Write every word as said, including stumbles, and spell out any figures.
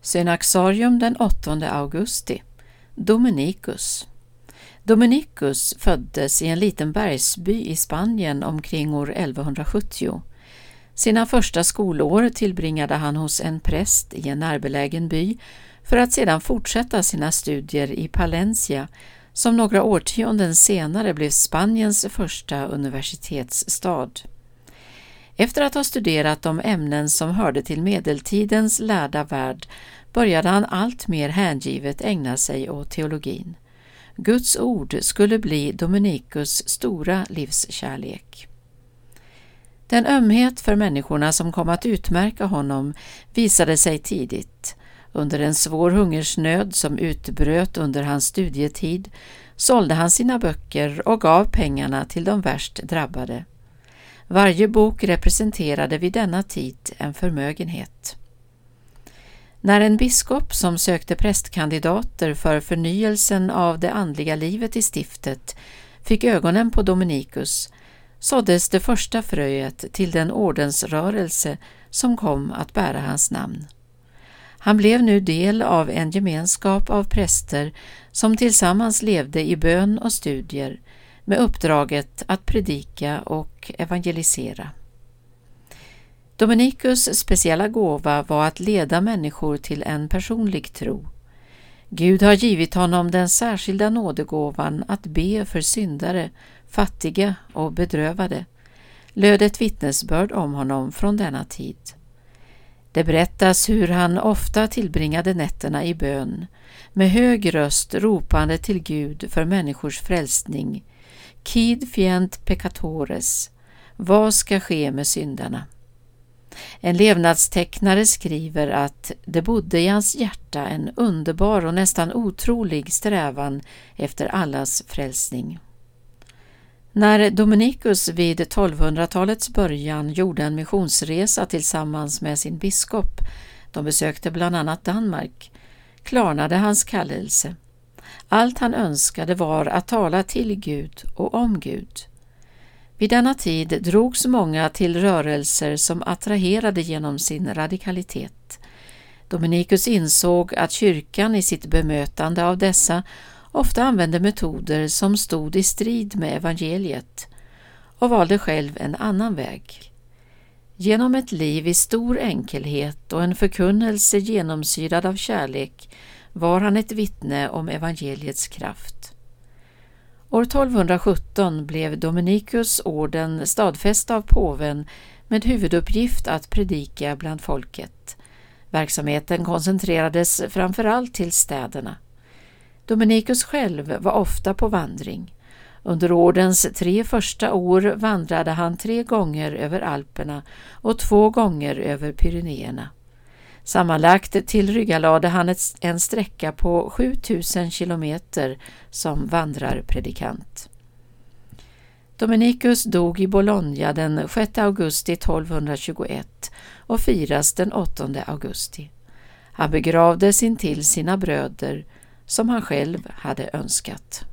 Synaxarium den åttonde augusti. Dominicus. Dominicus föddes i en liten bergsby i Spanien omkring år elvahundrasjuttio. Sina första skolår tillbringade han hos en präst i en närbelägen by för att sedan fortsätta sina studier i Palencia, som några årtionden senare blev Spaniens första universitetsstad. Efter att ha studerat de ämnen som hörde till medeltidens lärda värld började han allt mer hängivet ägna sig åt teologin. Guds ord skulle bli Dominicus stora livskärlek. Den ömhet för människorna som kom att utmärka honom visade sig tidigt. Under en svår hungersnöd som utbröt under hans studietid sålde han sina böcker och gav pengarna till de värst drabbade. Varje bok representerade vid denna tid en förmögenhet. När en biskop som sökte prästkandidater för förnyelsen av det andliga livet i stiftet fick ögonen på Dominicus, såddes det första fröet till den ordensrörelse som kom att bära hans namn. Han blev nu del av en gemenskap av präster som tillsammans levde i bön och studier med uppdraget att predika och evangelisera. Dominicus speciella gåva var att leda människor till en personlig tro. Gud har givit honom den särskilda nådegåvan att be för syndare, fattiga och bedrövade, löd ett vittnesbörd om honom från denna tid. Det berättas hur han ofta tillbringade nätterna i bön, med hög röst ropande till Gud för människors frälsning. Quid fient peccatores, vad ska ske med syndarna? En levnadstecknare skriver att det bodde i hans hjärta en underbar och nästan otrolig strävan efter allas frälsning. När Dominicus vid tolvhundratalets början gjorde en missionsresa tillsammans med sin biskop, de besökte bland annat Danmark, klarnade hans kallelse. Allt han önskade var att tala till Gud och om Gud. Vid denna tid drogs många till rörelser som attraherade genom sin radikalitet. Dominicus insåg att kyrkan i sitt bemötande av dessa ofta använde metoder som stod i strid med evangeliet och valde själv en annan väg. Genom ett liv i stor enkelhet och en förkunnelse genomsyrad av kärlek var han ett vittne om evangeliets kraft. År tolvhundrasjutton blev Dominicus orden stadfäst av påven med huvuduppgift att predika bland folket. Verksamheten koncentrerades framförallt till städerna. Dominicus själv var ofta på vandring. Under ordens tre första år vandrade han tre gånger över Alperna och två gånger över Pyrenéerna. Sammanlagt tillryggalade han ett, en sträcka på sjutusen kilometer som vandrarpredikant. Dominicus dog i Bologna den sjätte augusti tolvhundratjugoett och firas den åttonde augusti. Han begravdes intill sina bröder som han själv hade önskat.